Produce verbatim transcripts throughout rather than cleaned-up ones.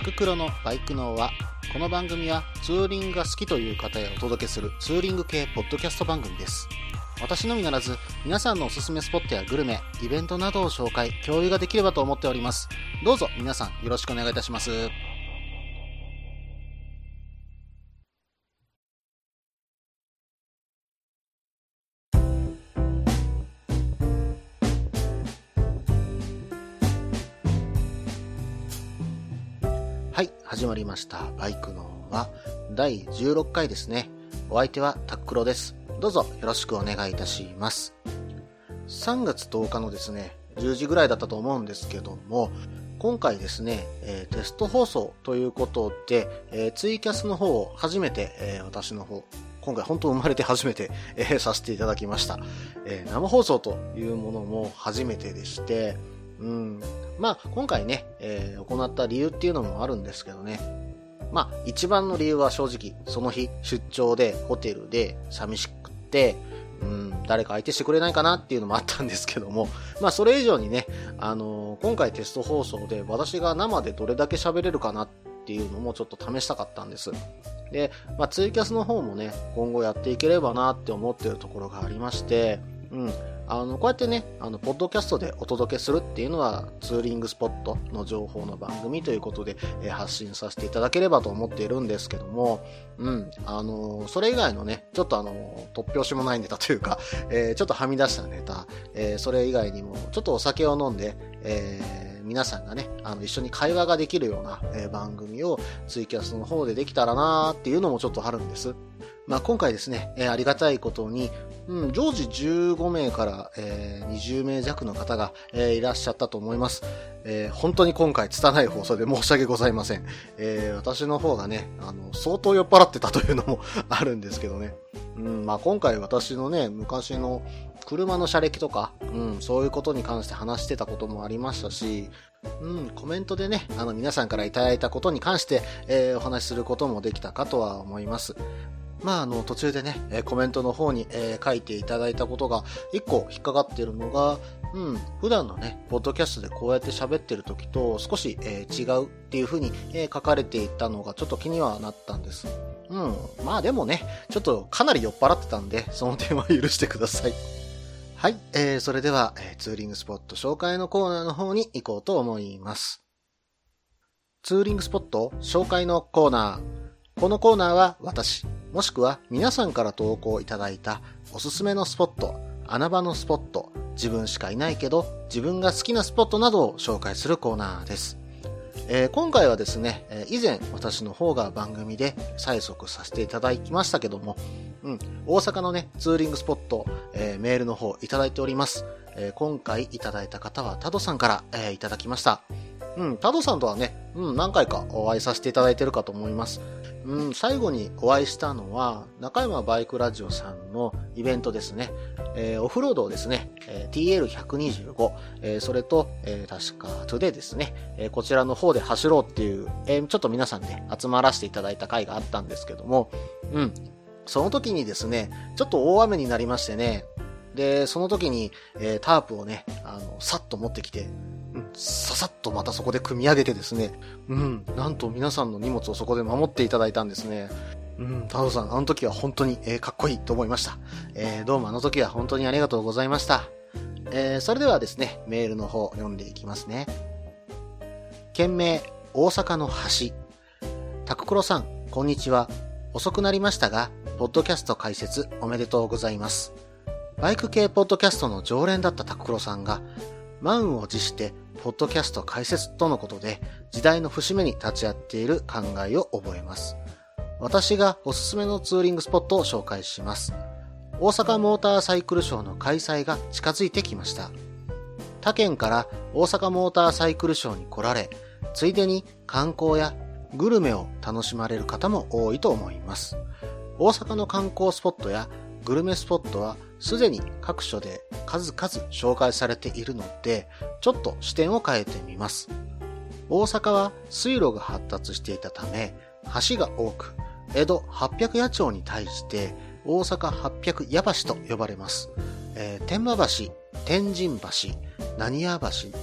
ククロのバイク脳は、この番組はツーリングが好きという方へお届けするツーリング系ポッドキャスト番組です。私のみならず皆さんのおすすめスポットやグルメ、イベントなどを紹介、共有ができればと思っております。どうぞ皆さんよろしくお願いいたします。はい、始まりました。バイクのはだいじゅうろっかいですね。お相手はタックロです。どうぞよろしくお願いいたします。さんがつとおかのですね、じゅうじぐらいだったと思うんですけども、今回ですね、えー、テスト放送ということで、えー、ツイキャスの方を初めて、えー、私の方、今回本当生まれて初めて、えー、させていただきました、えー。生放送というものも初めてでして、うん、まあ今回ね、えー、行った理由っていうのもあるんですけどね。まあ一番の理由は正直その日出張でホテルで寂しくって、うん、誰か相手してくれないかなっていうのもあったんですけども、まあそれ以上にね、あのー、今回テスト放送で私が生でどれだけ喋れるかなっていうのもちょっと試したかったんです。で、まあツイキャスの方もね、今後やっていければなって思ってるところがありまして、うん。あの、こうやってね、あの、ポッドキャストでお届けするっていうのは、ツーリングスポットの情報の番組ということで、えー、発信させていただければと思っているんですけども、うん、あのー、それ以外のね、ちょっとあのー、突拍子もないネタというか、えー、ちょっとはみ出したネタ、えー、それ以外にも、ちょっとお酒を飲んで、えー、皆さんがね、あの、一緒に会話ができるような、えー、番組をツイキャスの方でできたらなーっていうのもちょっとあるんです。まあ、今回ですね、えー、ありがたいことに、うん、常時じゅうごめいから、えー、にじゅうめいじゃくの方が、えー、いらっしゃったと思います。えー、本当に今回拙い放送で申し訳ございません。えー、私の方がね、あの、相当酔っ払ってたというのもあるんですけどね。うん、まあ今回私のね、昔の車の車歴とか、うん、そういうことに関して話してたこともありましたし、うん、コメントでね、あの皆さんからいただいたことに関して、えー、お話しすることもできたかとは思います。まあ、あの、途中でね、えー、コメントの方に、えー、書いていただいたことが、一個引っかかっているのが、うん、普段のね、ポッドキャストでこうやって喋ってる時と少し、えー、違うっていう風に、えー、書かれていたのがちょっと気にはなったんです。うん、まあでもね、ちょっとかなり酔っ払ってたんで、その点は許してください。はい、えー、それでは、えー、ツーリングスポット紹介のコーナーの方に行こうと思います。ツーリングスポット紹介のコーナー。このコーナーは私、もしくは皆さんから投稿いただいたおすすめのスポット、穴場のスポット、自分しかいないけど自分が好きなスポットなどを紹介するコーナーです。えー、今回はですね、えー、以前私の方が番組で催促させていただきましたけども、うん、大阪のね、ツーリングスポット、えー、メールの方いただいております。えー、今回いただいた方はタドさんから、えー、いただきました。うん、タドさんとはね、うん、何回かお会いさせていただいているかと思います。うん、最後にお会いしたのは中山バイクラジオさんのイベントですね。えー、オフロードをですね、えー、ティーエルひゃくにじゅうご、えー、それと、えー、確かトゥデイですね、えー、こちらの方で走ろうっていう、えー、ちょっと皆さんね、集まらせていただいた回があったんですけども、うん、その時にですね、ちょっと大雨になりましてね、で、その時に、えー、タープをね、あの、さっと持ってきて、うん、ささっとまたそこで組み上げてですね、うん、なんと皆さんの荷物をそこで守っていただいたんですね。うん、タドさん、あの時は本当に、えー、かっこいいと思いました。えー、どうもあの時は本当にありがとうございました。えー、それではですね、メールの方読んでいきますね。件名、大阪の橋。タククロさん、こんにちは。遅くなりましたが、ポッドキャスト開設おめでとうございます。バイク系ポッドキャストの常連だったタククロさんが、満を持してポッドキャスト開設とのことで時代の節目に立ち会っている考えを覚えます。私がおすすめのツーリングスポットを紹介します。大阪モーターサイクルショーの開催が近づいてきました。他県から大阪モーターサイクルショーに来られ、ついでに観光やグルメを楽しまれる方も多いと思います。大阪の観光スポットやグルメスポットはすでに各所で数々紹介されているので、ちょっと視点を変えてみます。大阪は水路が発達していたため、橋が多く、江戸はっぴゃくや町に対して大阪はっぴゃくや橋と呼ばれます。えー、天満橋、天神橋、浪屋橋、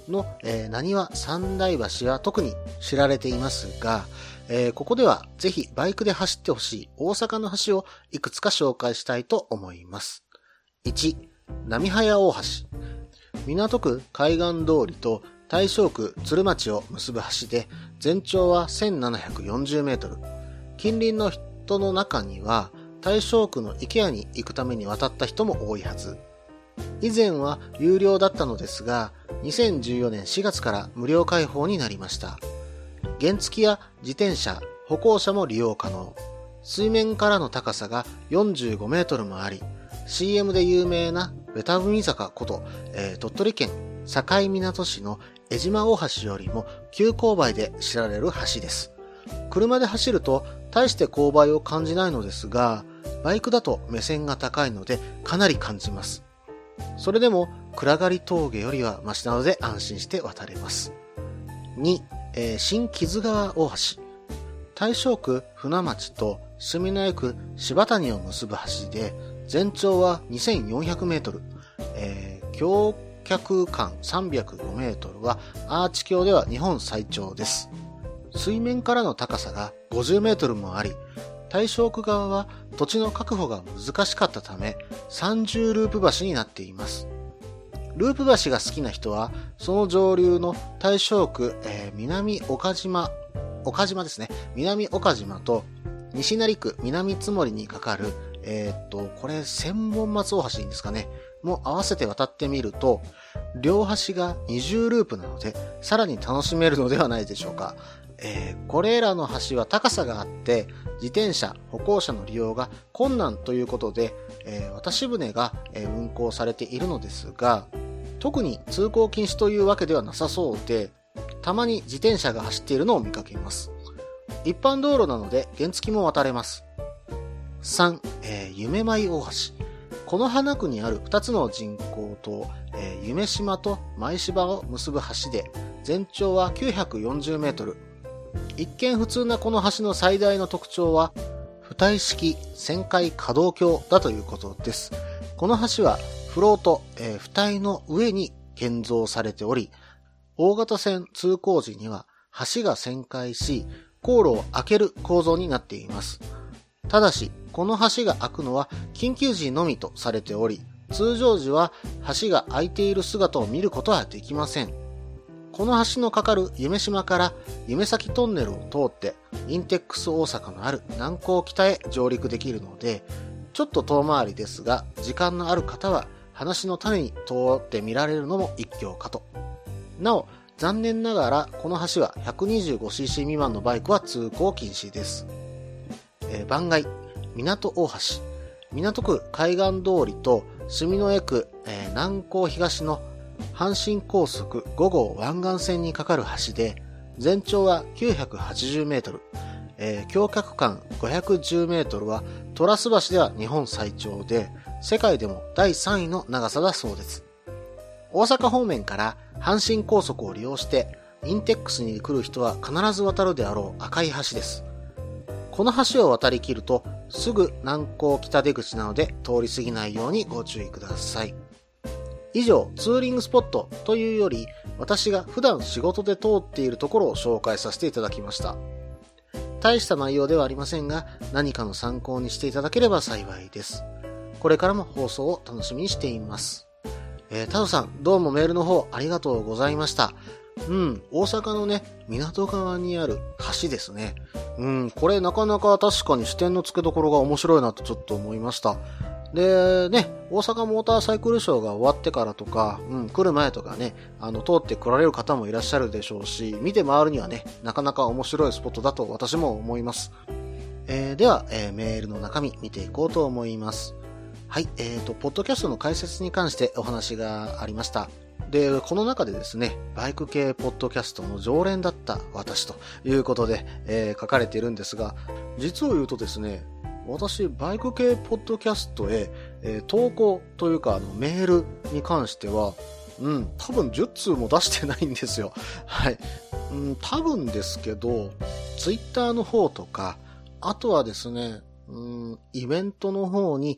の、えー、なにわ三大橋は特に知られていますが、えー、ここではぜひバイクで走ってほしい大阪の橋をいくつか紹介したいと思います。いち、浪早大橋。港区海岸通りと大正区鶴町を結ぶ橋で、全長はせんななひゃくよんじゅうメートル。近隣の人の中には大正区の池谷に行くために渡った人も多いはず。以前は有料だったのですが、にせんじゅうよねんしがつから無料開放になりました。原付や自転車、歩行者も利用可能。水面からの高さがよんじゅうごメートルもあり、シーエム で有名なベタ踏坂こと、えー、鳥取県境港市の江島大橋よりも急勾配で知られる橋です。車で走ると大して勾配を感じないのですが、バイクだと目線が高いのでかなり感じます。それでも暗がり峠よりはマシなので安心して渡れます。に、えー、新木津川大橋。大正区船町と住之江区柴谷を結ぶ橋で、全長はにせんよんひゃくメートル、えー、橋脚間さんびゃくごメートルはアーチ橋では日本最長です。水面からの高さがごじゅうメートルもあり、大正区側は土地の確保が難しかったためさんじゅうループ橋になっています。ループ橋が好きな人はその上流の大正区、えー、南岡島岡島ですね南岡島と西成区南津森にかかるえー、っとこれ千本松大橋ですかねも合わせて渡ってみると、両端がにじゅうループなのでさらに楽しめるのではないでしょうか。えー、これらの橋は高さがあって自転車歩行者の利用が困難ということで、えー、渡し船が、えー、運行されているのですが、特に通行禁止というわけではなさそうで、たまに自転車が走っているのを見かけます。一般道路なので原付も渡れます。さん、えー、夢舞大橋。この花区にあるふたつの人工島、えー、夢島と舞島を結ぶ橋で、全長はきゅうひゃくよんじゅうメートル。一見普通なこの橋の最大の特徴は、浮体式旋回可動橋だということです。この橋はフロート、えー、浮体の上に建造されており、大型船通行時には橋が旋回し、航路を開ける構造になっています。ただし、この橋が開くのは緊急時のみとされており、通常時は橋が開いている姿を見ることはできません。この橋のかかる夢島から夢崎トンネルを通ってインテックス大阪のある南港北へ上陸できるので、ちょっと遠回りですが、時間のある方は話の種に通って見られるのも一興かと。なお、残念ながらこの橋は ひゃくにじゅうごシーシー 未満のバイクは通行禁止です。えー、番外、港大橋。港区海岸通りと住之江区、えー、南港東の阪神高速ご号湾岸線にかかる橋で、全長はきゅうひゃくはちじゅうメートル、えー、橋脚間ごひゃくじゅうメートルはトラス橋では日本最長で、世界でもだいさんいの長さだそうです。大阪方面から阪神高速を利用してインテックスに来る人は必ず渡るであろう赤い橋です。この橋を渡り切るとすぐ南港北出口なので通り過ぎないようにご注意ください。以上、ツーリングスポットというより、私が普段仕事で通っているところを紹介させていただきました。大した内容ではありませんが、何かの参考にしていただければ幸いです。これからも放送を楽しみにしています。えー、タドさん、どうもメールの方ありがとうございました。うん、大阪のね、港側にある橋ですね。うん、これなかなか確かに視点の付けどころが面白いなとちょっと思いました。で、ね、大阪モーターサイクルショーが終わってからとか、うん、来る前とかね、あの、通って来られる方もいらっしゃるでしょうし、見て回るにはね、なかなか面白いスポットだと私も思います。えー、では、えー、メールの中身見ていこうと思います。はい、えーと、ポッドキャストの解説に関してお話がありました。で、この中でですね、バイク系ポッドキャストの常連だった私ということで、えー、書かれているんですが、実を言うとですね、私、バイク系ポッドキャストへ、えー、投稿というか、あの、メールに関しては、うん、多分じゅっつうも出してないんですよ。はい。うん、多分ですけど、ツイッターの方とか、あとはですね、うん、イベントの方に、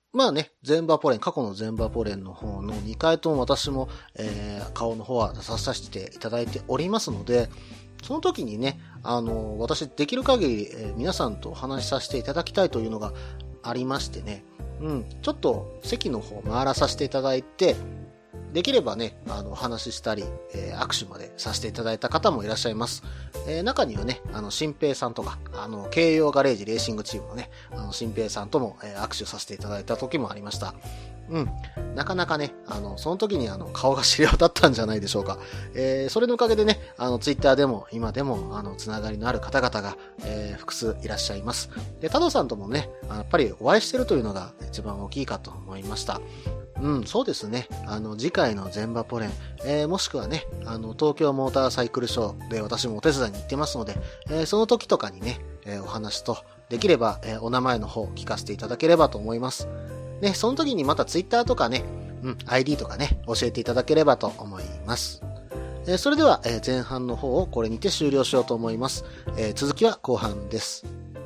まあね、ゼンバポレン、過去のゼンバポレンの方のにかいとも私も、えー、顔の方は出させていただいておりますので、その時にね、あの、私できる限り、えー、皆さんとお話しさせていただきたいというのがありましてね、うん、ちょっと席の方回らさせていただいて、できればね、あの、お話ししたり、えー、握手までさせていただいた方もいらっしゃいます。えー、中にはね、あの、新平さんとか、あの、京葉ガレージレーシングチームのね、あの、新平さんとも、えー、握手させていただいた時もありました。うん。なかなかね、あの、その時にあの、顔が知り合だったんじゃないでしょうか。えー、それのおかげでね、あの、ツイッターでも、今でも、あの、つながりのある方々が、えー、複数いらっしゃいます。で、太郎さんともね、やっぱりお会いしてるというのが一番大きいかと思いました。うん、そうですね。あの、次回のゼンバポレン、えー、もしくはね、あの、東京モーターサイクルショーで私もお手伝いに行ってますので、えー、その時とかにね、えー、お話と、できれば、えー、お名前の方聞かせていただければと思います。ね、その時にまたツイッターとかね、うん、アイディー とかね、教えていただければと思います。えー、それでは、えー、前半の方をこれにて終了しようと思います。えー、続きは後半です。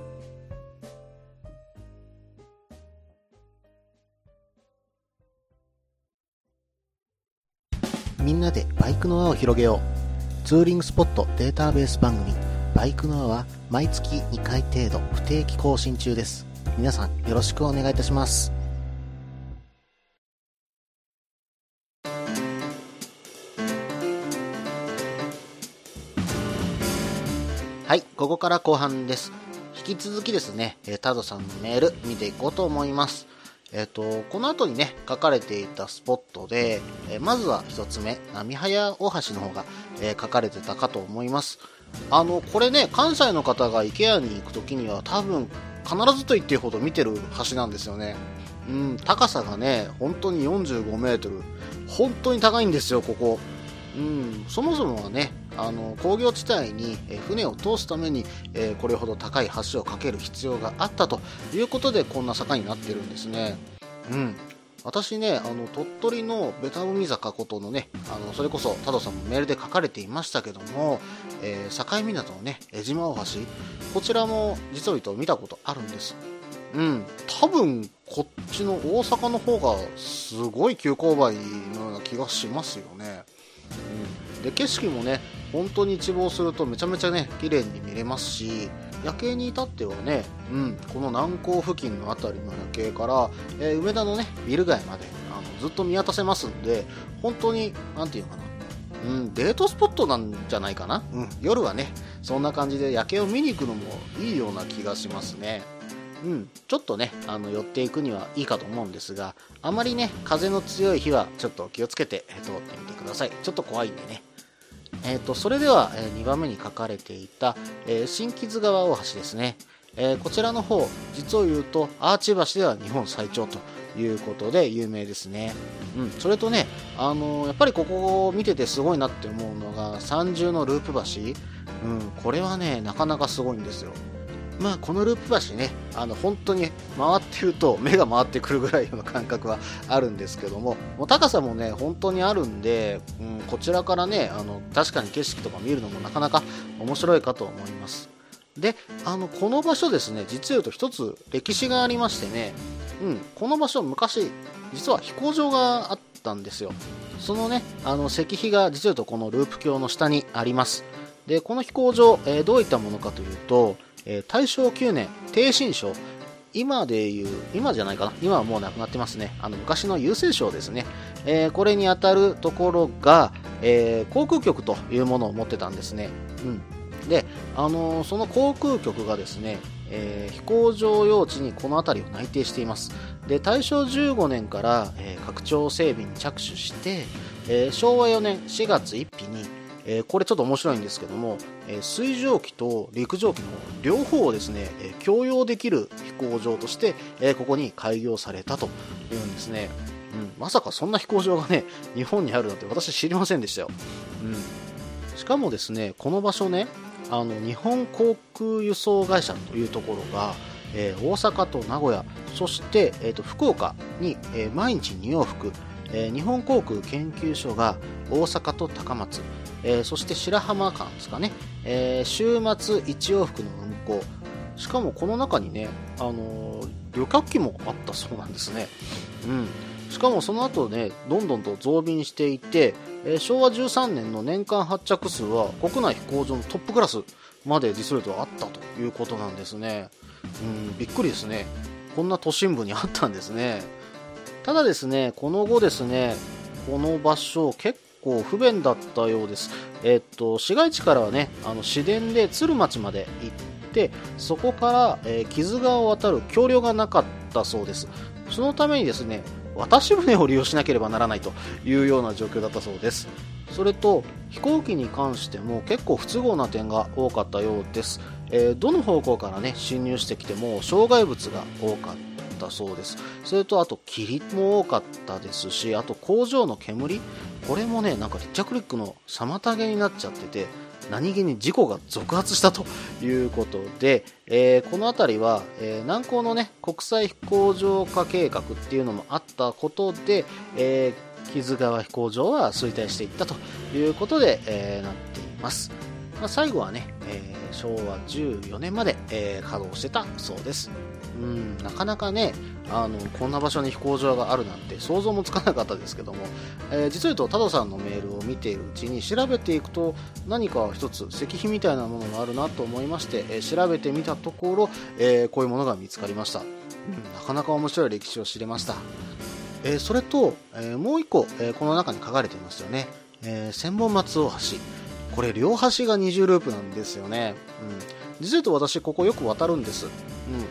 みんなでバイクの輪を広げよう。ツーリングスポットデータベース番組バイクの輪は毎月にかい程度不定期更新中です。皆さんよろしくお願いいたします。はい、ここから後半です。引き続きですね、タドさんのメール見ていこうと思います。えっと、この後にね、書かれていたスポットで、えまずは一つ目、波早大橋の方が、えー、書かれてたかと思います。あの、これね、関西の方が IKEA に行くときには多分、必ずと言っていいほど見てる橋なんですよね。うん、高さがね、本当によんじゅうごメートル。本当に高いんですよ、ここ。うん、そもそもはね、あの工業地帯にえ船を通すために、えー、これほど高い橋を架ける必要があったということでこんな坂になってるんですね。うん、私ね、あの鳥取のベタ海坂ことのね、あのそれこそ多度さんもメールで書かれていましたけども、えー、境港のね江島大橋、こちらも実を言うと見たことあるんです。うん、多分こっちの大阪の方がすごい急勾配のような気がしますよね。うん、で景色もね本当に一望するとめちゃめちゃね綺麗に見れますし、夜景に至ってはね、うん、この南港付近のあたりの夜景から、えー、梅田のねビル街まであのずっと見渡せますんで、本当になんていうかな、うん、デートスポットなんじゃないかな、うん、夜はねそんな感じで夜景を見に行くのもいいような気がしますね。うん、ちょっとねあの寄っていくにはいいかと思うんですが、あまりね風の強い日はちょっと気をつけて通ってみてください。ちょっと怖いんでね。えーと、それでは、えー、にばんめに書かれていた、えー、新木津川大橋ですね。えー、こちらの方実を言うとアーチ橋では日本最長ということで有名ですね。うん、それとね、あのー、やっぱりここを見ててすごいなって思うのが三重のループ橋、うん、これはねなかなかすごいんですよ。まあこのループ橋ね、あの本当に回ってると目が回ってくるぐらいの感覚はあるんですけども、もう高さもね本当にあるんで、うん、こちらからねあの確かに景色とか見るのもなかなか面白いかと思います。で、あのこの場所ですね、実を言うと一つ歴史がありましてね、うん、この場所昔実は飛行場があったんですよ。そのねあの石碑が実を言うとこのループ橋の下にあります。でこの飛行場、えー、どういったものかというと、えー、大正きゅうねん逓信省、今でいう今じゃないかな、今はもうなくなってますね。あの昔の郵政省ですね、えー、これにあたるところが、えー、航空局というものを持ってたんですね。うん、で、あのー、その航空局がですね、えー、飛行場用地にこの辺りを内定しています。で大正じゅうごねんから、えー、拡張整備に着手して、えー、しょうわよねんしがつついたちにえー、これちょっと面白いんですけども、えー、水蒸気と陸蒸気の両方をですね、えー、共用できる飛行場として、えー、ここに開業されたというんですね。うん、まさかそんな飛行場がね日本にあるなんて私知りませんでしたよ。うん、しかもですねこの場所ね、あの日本航空輸送会社というところが、えー、大阪と名古屋、そして、えー、と福岡に、えー、毎日に往復、えー、日本航空研究所が大阪と高松、えー、そして白浜間ですかね、えー、週末いち往復の運航、しかもこの中にねあの旅客機もあったそうなんですね。うん。しかもその後ね、どんどんと増便していて、えー、しょうわじゅうさんねんの年間発着数は国内飛行場のトップクラスまで実を言うとあったということなんですね。うん、びっくりですね。こんな都心部にあったんですね。ただですね、この後ですね、この場所結構不便だったようです。えー、っと市街地からはね、あの市電で鶴町まで行って、そこから、えー、木津川を渡る橋梁がなかったそうです。そのためにですね、渡し船を利用しなければならないというような状況だったそうです。それと飛行機に関しても結構不都合な点が多かったようです。えー、どの方向からね侵入してきても障害物が多かったそうです。それとあと霧も多かったですし、あと工場の煙、これもねなんか離着陸の妨げになっちゃってて、何気に事故が続発したということで、えー、この辺りは、えー、南港のね国際飛行場化計画っていうのもあったことで、えー、木津川飛行場は衰退していったということで、えー、なっています。まあ、最後はね、えー、しょうわじゅうよねんまで、えー、稼働してたそうです。うん、なかなかねあのこんな場所に飛行場があるなんて想像もつかなかったですけども、えー、実を言うと多度さんのメールを見ているうちに調べていくと何か一つ石碑みたいなものがあるなと思いまして、えー、調べてみたところ、えー、こういうものが見つかりました。うん、なかなか面白い歴史を知れました。えー、それと、えー、もう一個、えー、この中に書かれていますよね、えー、千本松大橋。これ両端が二重ループなんですよね。うん、実は言うと私ここよく渡るんです。うん、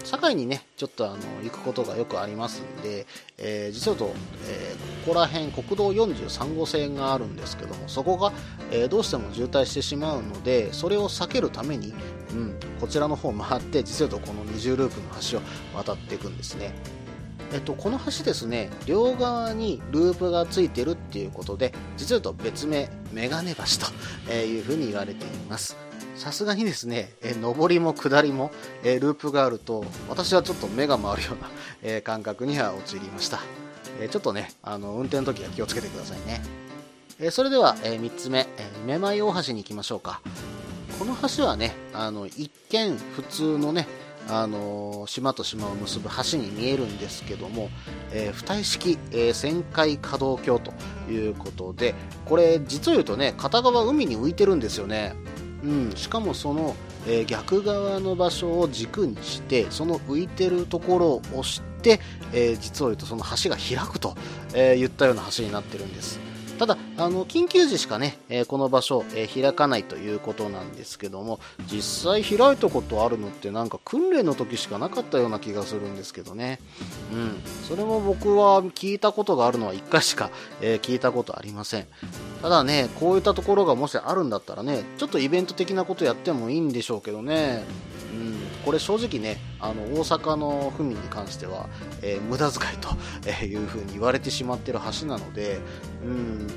堺にねちょっとあの行くことがよくありますんで、えー、実は言うと、えー、ここら辺国道よんじゅうさんごうせいがあるんですけども、そこが、えー、どうしても渋滞してしまうので、それを避けるために、うん、こちらの方を回って実は言うとこの二重ループの橋を渡っていくんですね。えっと、この橋ですね、両側にループがついてるっていうことで、実は言うと別名メガネ橋というふうに言われています。さすがにですね、え上りも下りも、えループがあると私はちょっと目が回るような、え感覚には陥りました。えちょっとねあの運転の時は気をつけてくださいね。えそれでは、えみっつめ、えめまい大橋に行きましょうか。この橋はねあの一見普通のねあの島と島を結ぶ橋に見えるんですけども、えー、浮体式、えー、旋回可動橋ということで、これ実を言うとね片側海に浮いてるんですよね。うん、しかもその、えー、逆側の場所を軸にしてその浮いてるところを押して、えー、実を言うとその橋が開くと、えー、言ったような橋になってるんです。ただあの緊急時しかね、えー、この場所、えー、開かないということなんですけども、実際開いたことあるのってなんか訓練の時しかなかったような気がするんですけどね。うん、それも僕は聞いたことがあるのはいっかいしか、えー、聞いたことありません。ただねこういったところがもしあるんだったらねちょっとイベント的なことやってもいいんでしょうけどね。うん、これ正直ねあの大阪の府民に関しては、えー、無駄遣いというふうに言われてしまっている橋なので、うん、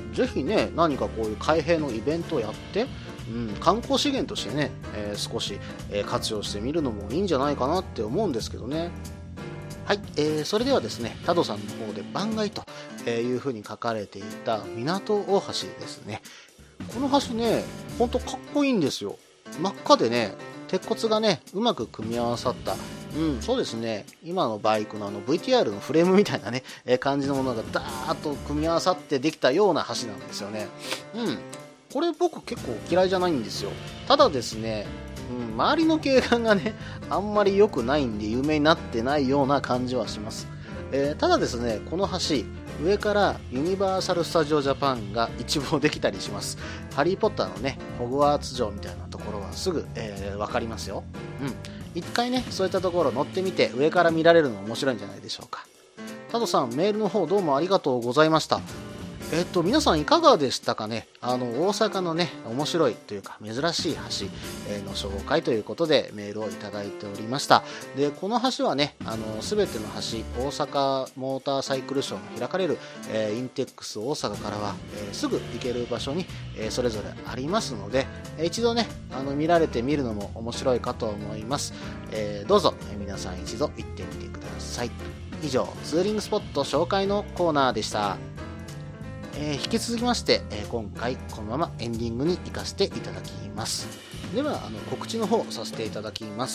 ぜひね何かこういう開閉のイベントをやって、うん、観光資源としてね、えー、少し、えー、活用してみるのもいいんじゃないかなって思うんですけどね。はい、えー、それではですね多度さんの方で番外というふうに書かれていた港大橋ですね。この橋ねほんとかっこいいんですよ。真っ赤でね鉄骨がねうまく組み合わさった、うん、そうですね今のバイクのあの ブイティーアール のフレームみたいなね、えー、感じのものがダーッと組み合わさってできたような橋なんですよね。うん、これ僕結構嫌いじゃないんですよ。ただですね、うん、周りの景観がねあんまり良くないんで有名になってないような感じはします。えー、ただですねこの橋上からユニバーサル・スタジオ・ジャパンが一望できたりします。ハリー・ポッターのねホグワーツ城みたいなところはすぐ、えー、分かりますよ。うん、一回ねそういったところ乗ってみて上から見られるのも面白いんじゃないでしょうか。タドさんメールの方どうもありがとうございました。えっと皆さんいかがでしたかね。あの大阪のね面白いというか珍しい橋の紹介ということでメールをいただいておりました。でこの橋はねあの全ての橋大阪モーターサイクルショーが開かれる、えー、インテックス大阪からは、えー、すぐ行ける場所に、えー、それぞれありますので、えー、一度ねあの見られてみるのも面白いかと思います。えー、どうぞ、えー、皆さん一度行ってみてください。以上ツーリングスポット紹介のコーナーでした。えー、引き続きまして、えー、今回このままエンディングに行かせていただきます。ではあの告知の方させていただきます。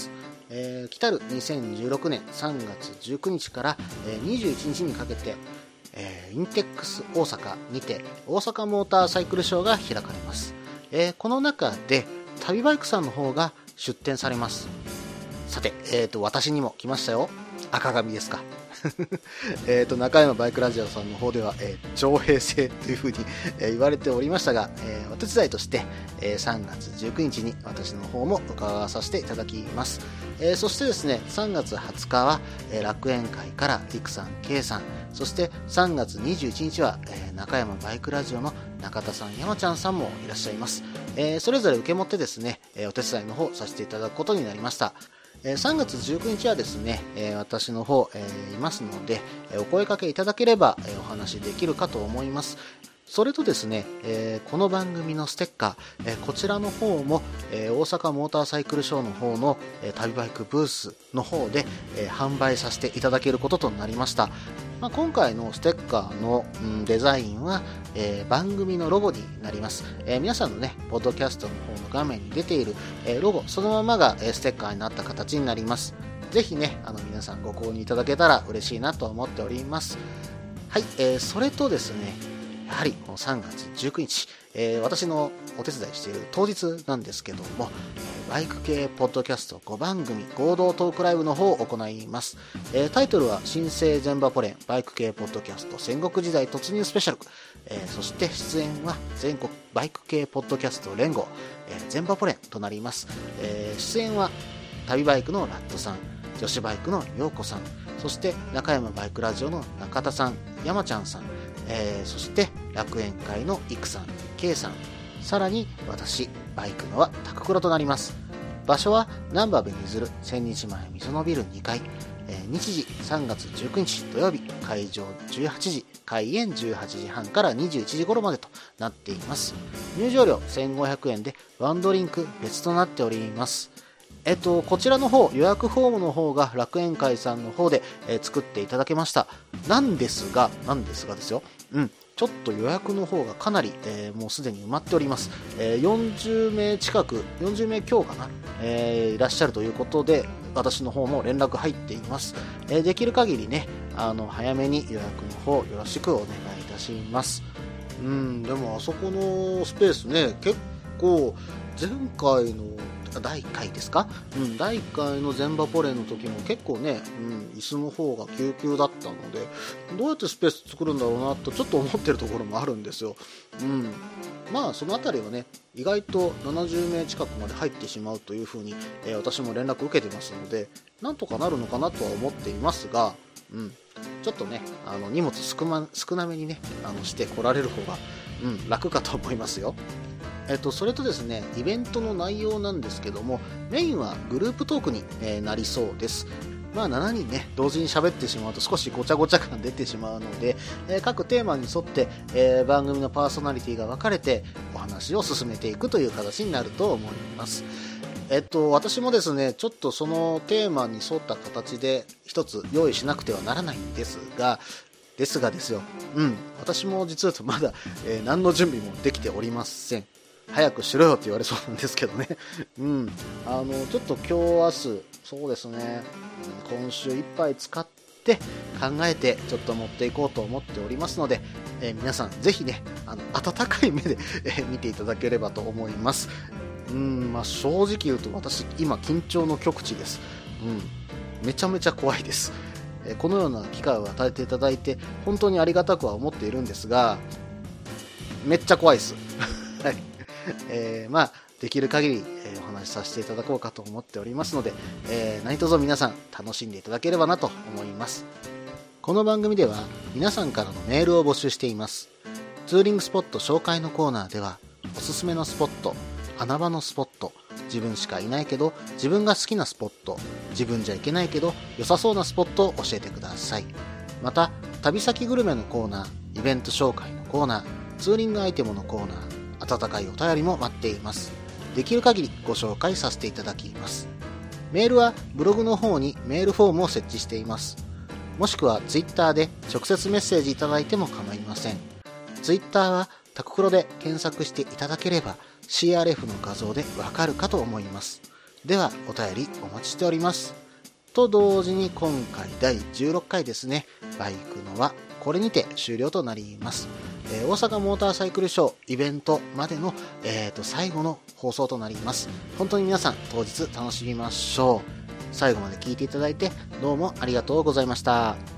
えー、来たるにせんじゅうろくねんさんがつじゅうくにちから、えー、にじゅういちにちにかけて、えー、インテックス大阪にて大阪モーターサイクルショーが開かれます。えー、この中で旅バイクさんの方が出展されます。さて、えーと、私にも来ましたよ。赤髪ですか。えと中山バイクラジオさんの方では、えー、徴兵制というふうに、えー、言われておりましたが、えー、お手伝いとして、えー、さんがつじゅうくにちに私の方も伺わさせていただきます。えー、そしてですね、さんがつはつかは、えー、楽園会からりくさん、けいさん、そしてさんがつにじゅういちにちは、えー、中山バイクラジオの中田さん、山ちゃんさんもいらっしゃいます。えー、それぞれ受け持ってですね、えー、お手伝いの方させていただくことになりました。さんがつじゅうくにちはですね、私の方いますので、お声掛けいただければお話できるかと思います。それとですね、この番組のステッカー、こちらの方も大阪モーターサイクルショーの方の旅バイクブースの方で販売させていただけることとなりました。まあ、今回のステッカーの、うん、デザインは、えー、番組のロゴになります。えー、皆さんのね、ポッドキャストの方の画面に出ている、えー、ロゴそのままが、えー、ステッカーになった形になります。ぜひね、あの皆さんご購入いただけたら嬉しいなと思っております。はい、えー、それとですね、やはりこのさんがつじゅうくにち、えー、私のお手伝いしている当日なんですけども、バイク系ポッドキャストごばんぐみ合同トークライブの方を行います。えー、タイトルは新生全場ポレンバイク系ポッドキャスト戦国時代突入スペシャル、えー、そして出演は全国バイク系ポッドキャスト連合、えー、全場ポレンとなります。えー、出演は旅バイクのラットさん、女子バイクの陽子さん、そして中山バイクラジオの中田さん、山ちゃんさん、えー、そして楽園会のいくさん、けいさん、さらに私バイクのはタククロとなります。場所は難波紅鶴千日前みそのビルにかい、えー、日時さんがつじゅうくにち土曜日、会場じゅうはちじ、開演じゅうはちじはんからにじゅういちじ頃までとなっています。入場料せんごひゃくえんでワンドリンク別となっております。えっと、こちらの方、予約フォームの方が楽園会さんの方で、えー、作っていただけました。なんですが、なんですがですよ。うん。ちょっと予約の方がかなり、えー、もうすでに埋まっております。えー、よんじゅうめい近く、よんじゅうめい強かな、えー、いらっしゃるということで、私の方も連絡入っています。えー、できる限りね、あの、早めに予約の方よろしくお願いいたします。うん、でもあそこのスペースね、結構、前回のだいいっかいですか、うん、だいいっかいの全場ポレの時も結構ね、うん、椅子の方がぎゅうぎゅうだったので、どうやってスペース作るんだろうなとちょっと思ってるところもあるんですよ。うん、まあそのあたりはね、意外とななじゅうめい近くまで入ってしまうというふうに、えー、私も連絡受けてますので、なんとかなるのかなとは思っていますが、うん、ちょっとね、あの荷物少な、少なめにね、あのして来られる方が、うん、楽かと思いますよ。えっと、それとですね、イベントの内容なんですけども、メインはグループトークに、えー、なりそうです。まあしちにんね、同時に喋ってしまうと少しごちゃごちゃ感出てしまうので、えー、各テーマに沿って、えー、番組のパーソナリティが分かれてお話を進めていくという形になると思います。えっと、私もですね、ちょっとそのテーマに沿った形で一つ用意しなくてはならないんですが、ですがですよ、うん、私も実はまだ、えー、何の準備もできておりません。早くしろよって言われそうなんですけどね。うん。あの、ちょっと今日明日、そうですね、今週いっぱい使って考えてちょっと持っていこうと思っておりますので、えー、皆さんぜひね、あの、温かい目で、えー、見ていただければと思います。うん、まあ正直言うと私、今緊張の極致です。うん。めちゃめちゃ怖いです。えー、このような機会を与えていただいて、本当にありがたくは思っているんですが、めっちゃ怖いです。はい。えー、まあできる限り、えー、お話しさせていただこうかと思っておりますので、えー、何卒皆さん楽しんでいただければなと思います。この番組では皆さんからのメールを募集しています。ツーリングスポット紹介のコーナーでは、おすすめのスポット、穴場のスポット、自分しかいないけど自分が好きなスポット、自分じゃいけないけど良さそうなスポットを教えてください。また旅先グルメのコーナー、イベント紹介のコーナー、ツーリングアイテムのコーナー、温かいお便りも待っています。できる限りご紹介させていただきます。メールはブログの方にメールフォームを設置しています。もしくはツイッターで直接メッセージいただいても構いません。ツイッターはタククロで検索していただければ シーアールエフ の画像でわかるかと思います。 ではお便りお待ちしております。と同時に今回だいじゅうろっかいですね、バイクのはこれにて終了となります。えー、大阪モーターサイクルショーイベントまでの、えーと最後の放送となります。本当に皆さん当日楽しみましょう。最後まで聞いていただいてどうもありがとうございました。